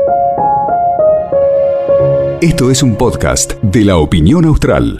Esto es un podcast de La Opinión Austral.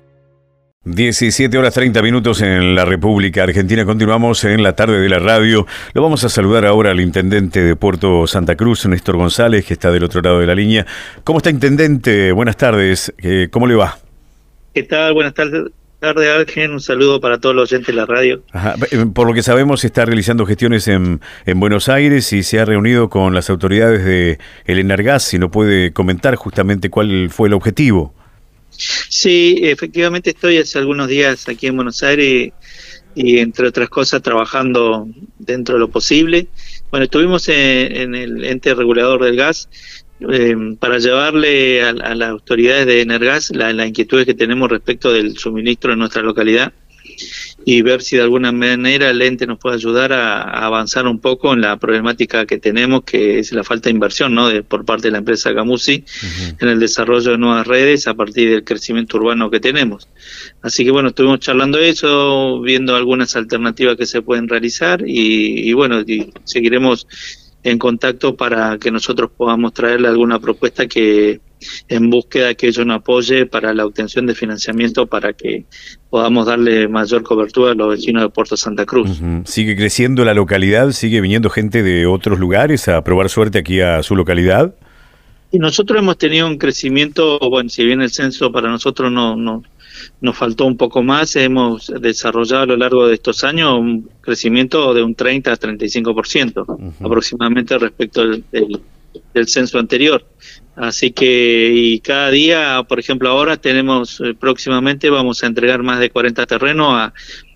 17 horas 30 minutos en la República Argentina. Continuamos en la tarde de la radio. Lo vamos a saludar ahora al intendente de Puerto Santa Cruz, Néstor González, que está del otro lado de la línea. ¿Cómo está, intendente? Buenas tardes. ¿Cómo le va? ¿Qué tal? Buenas tardes, Ángel. Un saludo para todos los oyentes de la radio. Ajá. Por lo que sabemos, está realizando gestiones en Buenos Aires y se ha reunido con las autoridades de el Enargás. Si no puede comentar justamente cuál fue el objetivo. Sí, efectivamente estoy hace algunos días aquí en Buenos Aires y entre otras cosas trabajando dentro de lo posible. Bueno, estuvimos en el ente regulador del gas para llevarle a las autoridades de Energas las inquietudes que tenemos respecto del suministro en nuestra localidad y ver si de alguna manera el ente nos puede ayudar a avanzar un poco en la problemática que tenemos, que es la falta de inversión, ¿no? Por parte de la empresa Camusi en el desarrollo de nuevas redes a partir del crecimiento urbano que tenemos. Así que bueno, estuvimos charlando eso, viendo algunas alternativas que se pueden realizar y bueno, y seguiremos en contacto para que nosotros podamos traerle alguna propuesta que en búsqueda que ellos nos apoye para la obtención de financiamiento para que podamos darle mayor cobertura a los vecinos de Puerto Santa Cruz. ¿Sigue creciendo la localidad? ¿Sigue viniendo gente de otros lugares a probar suerte aquí a su localidad? Y nosotros hemos tenido un crecimiento, bueno, si bien el censo para nosotros nos faltó un poco más, hemos desarrollado a lo largo de estos años un crecimiento de un 30 a 35% aproximadamente respecto del censo anterior. Así que, y cada día, por ejemplo, ahora tenemos, próximamente vamos a entregar más de 40 terrenos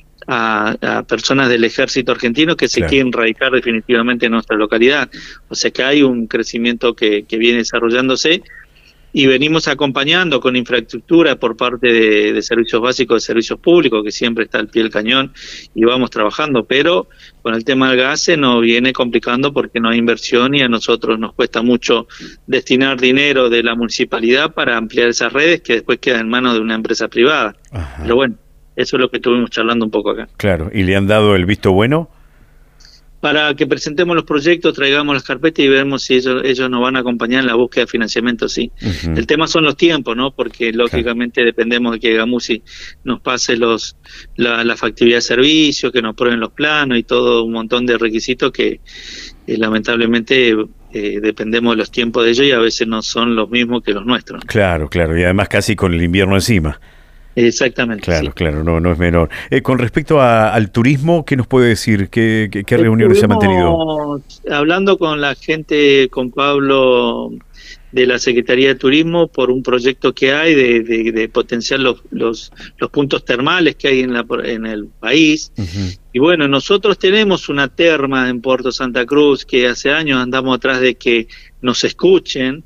a personas del ejército argentino que se quieren radicar definitivamente en nuestra localidad. O sea que hay un crecimiento que viene desarrollándose y venimos acompañando con infraestructura por parte de servicios básicos, de servicios públicos, que siempre está al pie del cañón y vamos trabajando, pero con el tema del gas se nos viene complicando porque no hay inversión y a nosotros nos cuesta mucho destinar dinero de la municipalidad para ampliar esas redes que después quedan en manos de una empresa privada. Ajá. Pero bueno, eso es lo que estuvimos charlando un poco acá. Claro, ¿y le han dado el visto bueno? Para que presentemos los proyectos, traigamos las carpetas y vemos si ellos nos van a acompañar en la búsqueda de financiamiento, sí. El tema son los tiempos, ¿no? Porque lógicamente dependemos de que Camusi nos pase la factibilidad de servicio, que nos prueben los planos y todo un montón de requisitos que lamentablemente dependemos de los tiempos de ellos y a veces no son los mismos que los nuestros. Claro, y además casi con el invierno encima. Exactamente. Claro, no es menor. Con respecto al turismo, ¿qué nos puede decir? ¿Qué reuniones se han mantenido? Hablando con la gente, con Pablo de la Secretaría de Turismo, por un proyecto que hay de potenciar los puntos termales que hay en el país. Y bueno, nosotros tenemos una terma en Puerto Santa Cruz que hace años andamos atrás de que nos escuchen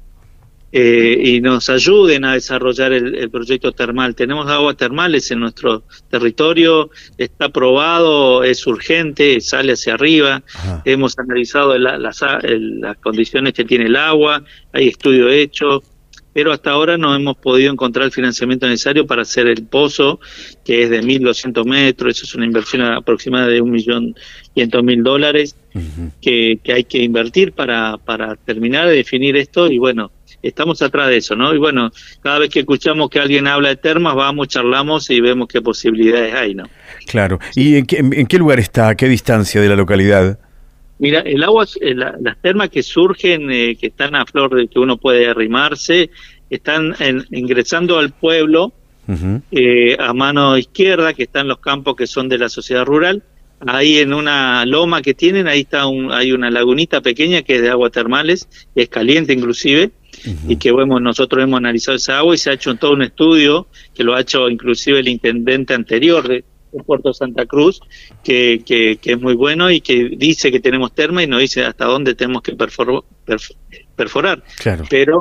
y nos ayuden a desarrollar el proyecto termal. Tenemos aguas termales en nuestro territorio, está aprobado, es urgente, sale hacia arriba. Hemos analizado las condiciones que tiene el agua, hay estudio hecho, pero hasta ahora no hemos podido encontrar el financiamiento necesario para hacer el pozo, que es de 1.200 metros, eso es una inversión aproximada de $1.500.000 que hay que invertir para terminar de definir esto y bueno, estamos atrás de eso, ¿no? Y bueno, cada vez que escuchamos que alguien habla de termas, vamos, charlamos y vemos qué posibilidades hay, ¿no? Claro. ¿Y en qué lugar está? ¿A qué distancia de la localidad? Mira, el agua, las termas que surgen, que están a flor de que uno puede arrimarse, están ingresando al pueblo a mano izquierda, que están los campos que son de la sociedad rural. Ahí en una loma que tienen, ahí está hay una lagunita pequeña que es de aguas termales, es caliente inclusive, y que bueno, nosotros hemos analizado esa agua y se ha hecho todo un estudio, que lo ha hecho inclusive el intendente anterior de Puerto Santa Cruz, que es muy bueno y que dice que tenemos terma y nos dice hasta dónde tenemos que perforar. Claro. Pero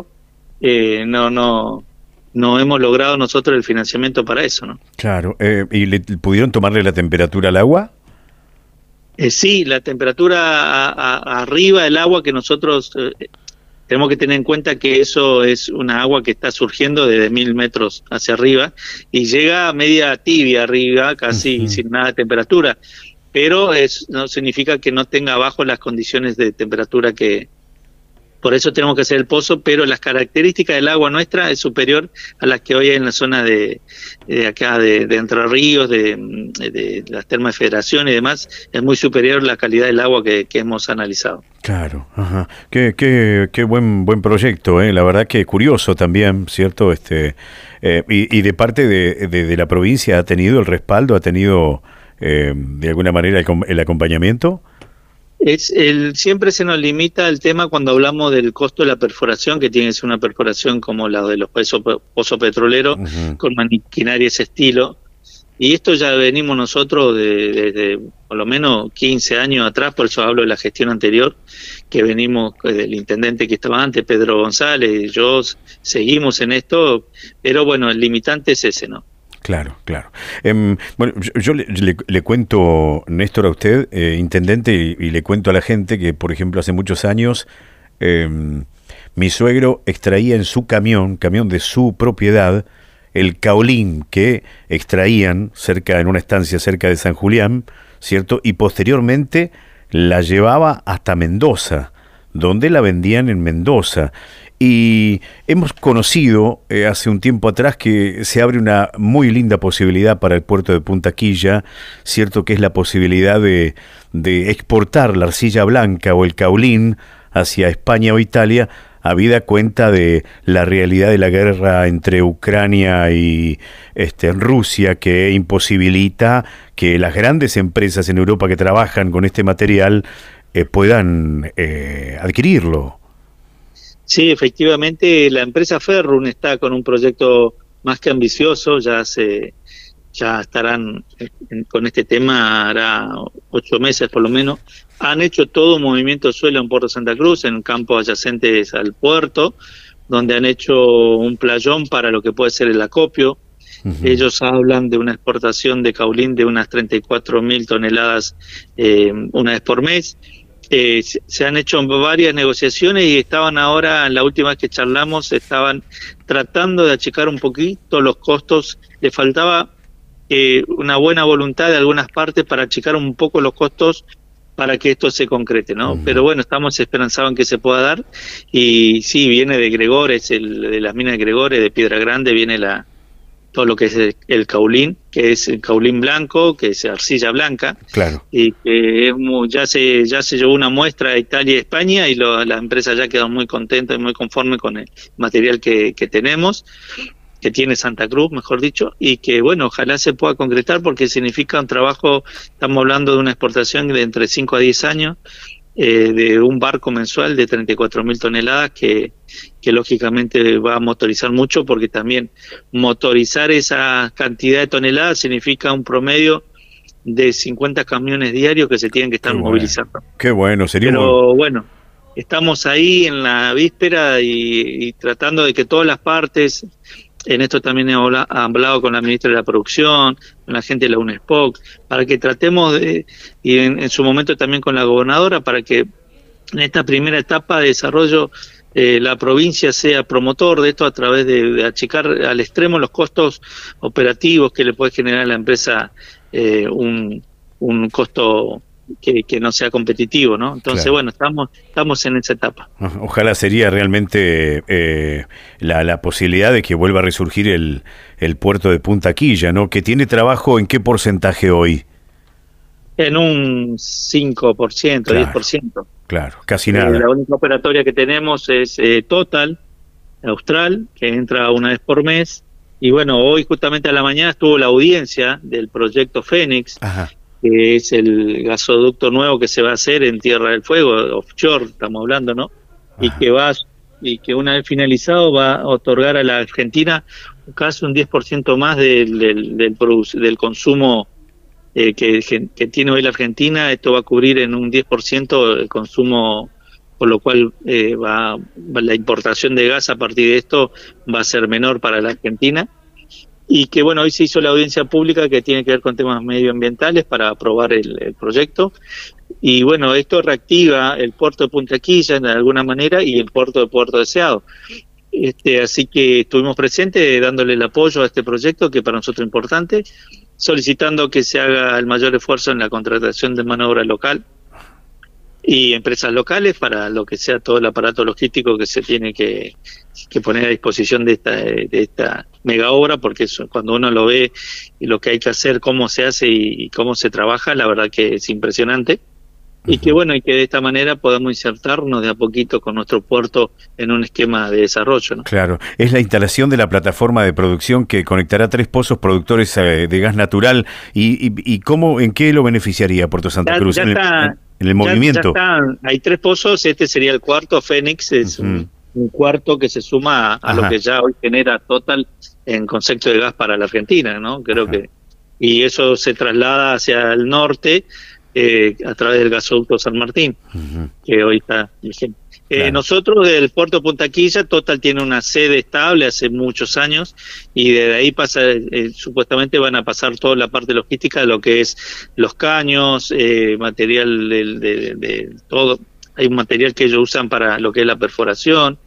no hemos logrado nosotros el financiamiento para eso, ¿no? Claro. ¿Y pudieron tomarle la temperatura al agua? Sí, la temperatura arriba del agua que nosotros tenemos que tener en cuenta que eso es una agua que está surgiendo desde 1.000 metros hacia arriba y llega a media tibia arriba, casi sin nada de temperatura, pero no significa que no tenga abajo las condiciones de temperatura que Por eso tenemos que hacer el pozo, pero las características del agua nuestra es superior a las que hoy hay en la zona de acá, de Entre Ríos, de las termas de Federación y demás. Es muy superior la calidad del agua que hemos analizado. Claro, ajá. Qué buen proyecto, la verdad que curioso también, ¿cierto? Y de parte de la provincia ha tenido el respaldo, ha tenido de alguna manera el acompañamiento. Siempre se nos limita el tema cuando hablamos del costo de la perforación, que tiene que ser una perforación como la de los pozos petroleros, con maquinaria de ese estilo. Y esto ya venimos nosotros desde por lo menos 15 años atrás, por eso hablo de la gestión anterior, que venimos del intendente que estaba antes, Pedro González, y yo seguimos en esto, pero bueno, el limitante es ese, ¿no? Claro. Bueno, yo le cuento, Néstor, a usted, intendente, y le cuento a la gente que, por ejemplo, hace muchos años mi suegro extraía en su camión de su propiedad, el caolín que extraían en una estancia cerca de San Julián, ¿cierto? Y posteriormente la llevaba hasta Mendoza, donde la vendían en Mendoza. Y hemos conocido hace un tiempo atrás que se abre una muy linda posibilidad para el puerto de Punta Quilla, cierto, que es la posibilidad de exportar la arcilla blanca o el caolín hacia España o Italia, habida cuenta de la realidad de la guerra entre Ucrania y Rusia, que imposibilita que las grandes empresas en Europa que trabajan con este material puedan adquirirlo. Sí, efectivamente, la empresa Ferrun está con un proyecto más que ambicioso, ya estarán con este tema hará 8 meses por lo menos. Han hecho todo un movimiento de suelo en Puerto Santa Cruz, en campos adyacentes al puerto, donde han hecho un playón para lo que puede ser el acopio. Ellos hablan de una exportación de caolín de unas 34.000 toneladas una vez por mes. Se han hecho varias negociaciones y estaban ahora, en la última vez que charlamos, estaban tratando de achicar un poquito los costos. Le faltaba una buena voluntad de algunas partes para achicar un poco los costos para que esto se concrete, ¿no? Pero bueno, estamos esperanzados en que se pueda dar. Y sí, viene de Gregores, de las minas de Gregores, de Piedra Grande, viene todo lo que es el caolín, que es el caolín blanco, que es arcilla blanca. Claro. Y que ya se llevó una muestra a Italia y España y la empresa ya quedó muy contenta y muy conforme con el material que tenemos, que tiene Santa Cruz, mejor dicho, y que bueno, ojalá se pueda concretar porque significa un trabajo, estamos hablando de una exportación de entre 5 a 10 años, de un barco mensual de 34.000 toneladas que lógicamente va a motorizar mucho, porque también motorizar esa cantidad de toneladas significa un promedio de 50 camiones diarios que se tienen que estar movilizando. Qué bueno, sería. Pero bueno, estamos ahí en la víspera y tratando de que todas las partes, en esto también he hablado con la ministra de la Producción, con la gente de la UNESPOC, para que tratemos y en su momento también con la gobernadora, para que en esta primera etapa de desarrollo la provincia sea promotor de esto a través de achicar al extremo los costos operativos que le puede generar a la empresa un costo que no sea competitivo, ¿no? Entonces, claro. Bueno, estamos en esa etapa. Ojalá sería realmente la posibilidad de que vuelva a resurgir el puerto de Punta Quilla, ¿no? Que tiene trabajo, ¿en qué porcentaje hoy? En un 5%, claro, 10%. Claro, casi nada. La única operatoria que tenemos es Total, Austral, que entra una vez por mes. Y bueno, hoy justamente a la mañana estuvo la audiencia del proyecto Fénix, ajá, que es el gasoducto nuevo que se va a hacer en Tierra del Fuego, offshore, estamos hablando, ¿no? Y que una vez finalizado va a otorgar a la Argentina casi un 10% más del consumo que tiene hoy la Argentina. Esto va a cubrir en un 10% el consumo, por lo cual la importación de gas a partir de esto va a ser menor para la Argentina. Y que bueno, hoy se hizo la audiencia pública que tiene que ver con temas medioambientales para aprobar el proyecto. Y bueno, esto reactiva el puerto de Punta Quilla de alguna manera y el puerto de Puerto Deseado. Así que estuvimos presentes dándole el apoyo a este proyecto, que para nosotros es importante, solicitando que se haga el mayor esfuerzo en la contratación de mano de obra local. y empresas locales para lo que sea todo el aparato logístico que se tiene que poner a disposición de esta mega obra, porque eso, cuando uno lo ve y lo que hay que hacer, cómo se hace y cómo se trabaja, la verdad que es impresionante. Y que bueno, y que de esta manera podamos insertarnos de a poquito con nuestro puerto en un esquema de desarrollo, ¿no? Claro, es la instalación de la plataforma de producción que conectará 3 pozos productores de gas natural. ¿Y cómo, en qué lo beneficiaría Puerto Santa Cruz? ¿En el movimiento? Ya está, hay 3 pozos, este sería el cuarto, Fénix, es un cuarto que se suma a lo que ya hoy genera Total en concepto de gas para la Argentina, ¿no? Creo que, y eso se traslada hacia el norte, a través del gasoducto San Martín, que hoy está vigente. Claro. Nosotros del puerto Punta Quilla, Total tiene una sede estable hace muchos años y desde ahí pasa, supuestamente van a pasar toda la parte logística de lo que es los caños, material de todo. Hay un material que ellos usan para lo que es la perforación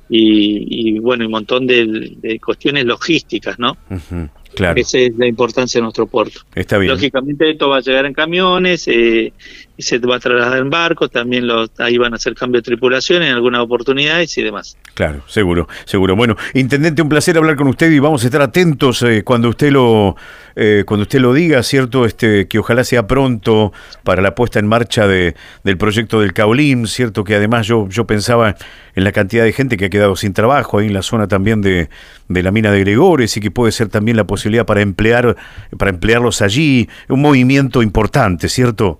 y bueno, un montón de cuestiones logísticas, ¿no? Claro. Esa es la importancia de nuestro puerto. Está bien. Lógicamente esto va a llegar en camiones, y se va a trasladar en barcos, también ahí van a hacer cambio de tripulación en algunas oportunidades y demás. Claro, seguro, seguro. Bueno, intendente, un placer hablar con usted y vamos a estar atentos cuando usted lo diga, ¿cierto? Que ojalá sea pronto para la puesta en marcha del proyecto del Caolín, ¿cierto? Que además yo pensaba en la cantidad de gente que ha quedado sin trabajo ahí en la zona también de la mina de Gregores y que puede ser también la posibilidad para emplearlos allí, un movimiento importante, ¿cierto?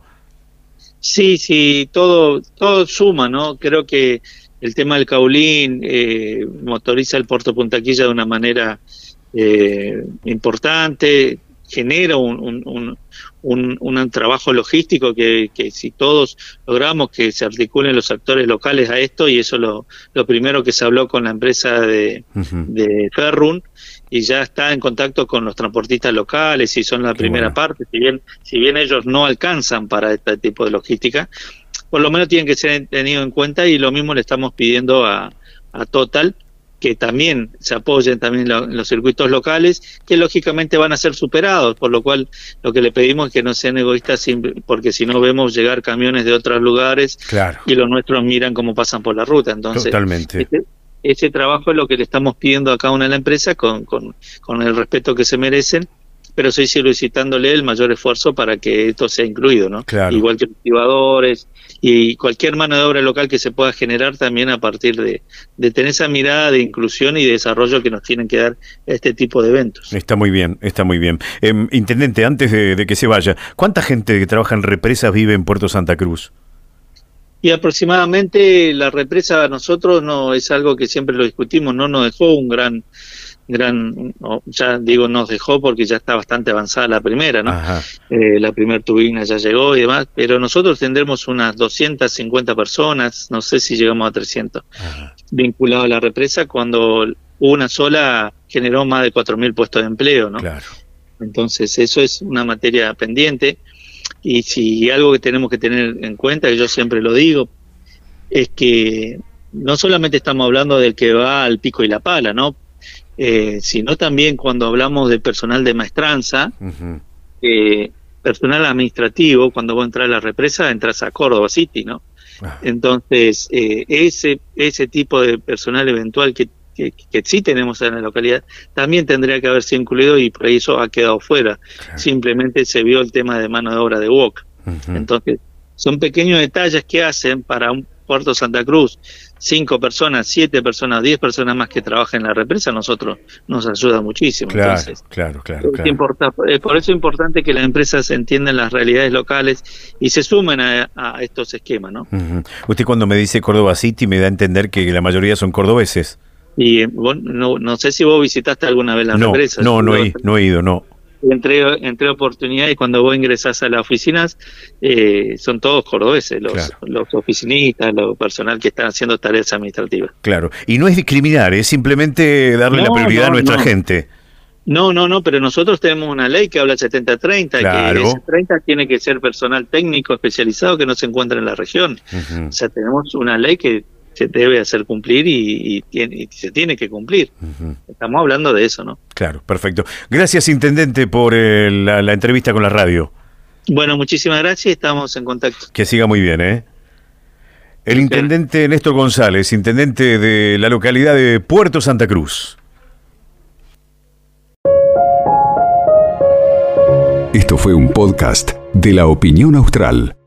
Sí, todo suma, ¿no? Creo que el tema del Caolín motoriza el puerto Punta Quilla de una manera importante, genera un trabajo logístico que si todos logramos que se articulen los actores locales a esto, y eso lo primero que se habló con la empresa de Ferrun, y ya está en contacto con los transportistas locales y son la primera parte, si bien ellos no alcanzan para este tipo de logística, por lo menos tienen que ser tenidos en cuenta, y lo mismo le estamos pidiendo a Total, que también se apoyen también en los circuitos locales, que lógicamente van a ser superados, por lo cual lo que le pedimos es que no sean egoístas, porque si no vemos llegar camiones de otros lugares, claro, y los nuestros miran cómo pasan por la ruta. Entonces, totalmente. Ese trabajo es lo que le estamos pidiendo a cada una de la empresa con el respeto que se merecen, pero sí solicitándole el mayor esfuerzo para que esto sea incluido, ¿no? Claro. Igual que los activadores y cualquier mano de obra local que se pueda generar también a partir de tener esa mirada de inclusión y de desarrollo que nos tienen que dar este tipo de eventos. Está muy bien, está muy bien. Intendente, antes de que se vaya, ¿cuánta gente que trabaja en represas vive en Puerto Santa Cruz? Y aproximadamente la represa a nosotros no es algo que siempre lo discutimos, no nos dejó un gran, ya digo nos dejó porque ya está bastante avanzada la primera, ¿no? La primera turbina ya llegó y demás, pero nosotros tendremos unas 250 personas, no sé si llegamos a 300, vinculados a la represa, cuando una sola generó más de 4.000 puestos de empleo, ¿no? Claro. Entonces eso es una materia pendiente. Y si algo que tenemos que tener en cuenta, que yo siempre lo digo, es que no solamente estamos hablando del que va al pico y la pala, ¿no? Sino también cuando hablamos de personal de maestranza, personal administrativo, cuando vos entras a la represa, entras a Córdoba City, ¿no? Entonces, ese tipo de personal eventual que sí tenemos en la localidad, también tendría que haberse incluido, y por ahí eso ha quedado fuera. Claro. Simplemente se vio el tema de mano de obra de UOC. Entonces, son pequeños detalles que hacen para un Puerto Santa Cruz, 5 personas, 7 personas, 10 personas más que trabajan en la represa, nosotros nos ayuda muchísimo. Claro, entonces, claro. Por eso es importante que las empresas entiendan las realidades locales y se sumen a estos esquemas, ¿no? Usted cuando me dice Córdoba City me da a entender que la mayoría son cordobeses. Y vos, no sé si vos visitaste alguna vez las represas. No he ido, no. Entre oportunidades, cuando vos ingresás a las oficinas, son todos cordobeses, los oficinistas, los personal que están haciendo tareas administrativas. Claro, y no es discriminar, es simplemente darle la prioridad a nuestra gente. No, pero nosotros tenemos una ley que habla 70-30, claro, que ese 30 tiene que ser personal técnico especializado que no se encuentra en la región. O sea, tenemos una ley que se debe hacer cumplir y se tiene que cumplir. Estamos hablando de eso, ¿no? Claro, perfecto. Gracias, intendente, por la entrevista con la radio. Bueno, muchísimas gracias, estamos en contacto. Que siga muy bien, ¿eh? El intendente Néstor González, intendente de la localidad de Puerto Santa Cruz. Esto fue un podcast de La Opinión Austral.